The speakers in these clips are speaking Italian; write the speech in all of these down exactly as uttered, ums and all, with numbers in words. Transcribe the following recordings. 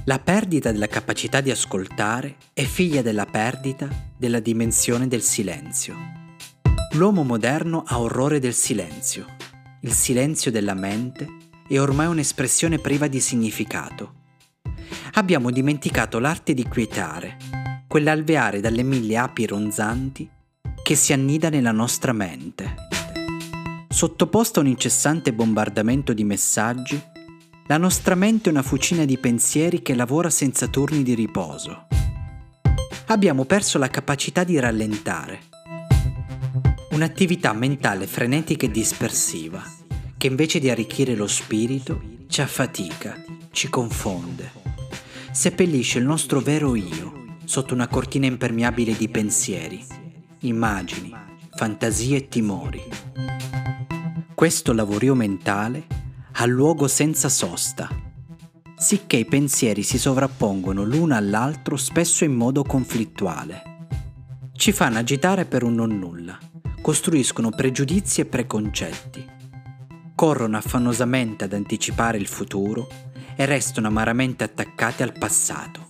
La perdita della capacità di ascoltare è figlia della perdita della dimensione del silenzio. L'uomo moderno ha orrore del silenzio. Il silenzio della mente è ormai un'espressione priva di significato. Abbiamo dimenticato l'arte di quietare, quell'alveare dalle mille api ronzanti che si annida nella nostra mente. Sottoposta a un incessante bombardamento di messaggi, la nostra mente è una fucina di pensieri che lavora senza turni di riposo. Abbiamo perso la capacità di rallentare. Un'attività mentale frenetica e dispersiva, che invece di arricchire lo spirito, ci affatica, ci confonde, seppellisce il nostro vero io sotto una cortina impermeabile di pensieri, immagini, fantasie e timori. Questo lavorio mentale ha luogo senza sosta, sicché i pensieri si sovrappongono l'uno all'altro spesso in modo conflittuale. Ci fanno agitare per un non nulla, costruiscono pregiudizi e preconcetti, corrono affannosamente ad anticipare il futuro e restano amaramente attaccati al passato.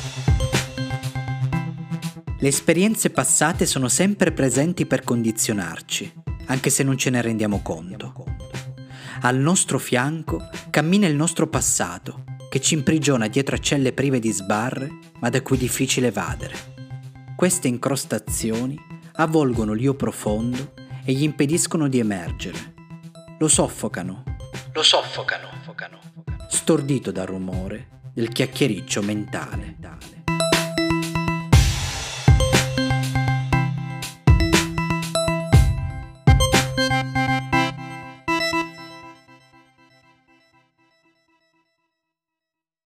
Le esperienze passate sono sempre presenti per condizionarci, anche se non ce ne rendiamo conto. Al nostro fianco cammina il nostro passato, che ci imprigiona dietro a celle prive di sbarre, ma da cui è difficile evadere. Queste incrostazioni avvolgono l'io profondo e gli impediscono di emergere. Lo soffocano, lo soffocano, stordito dal rumore del chiacchiericcio mentale.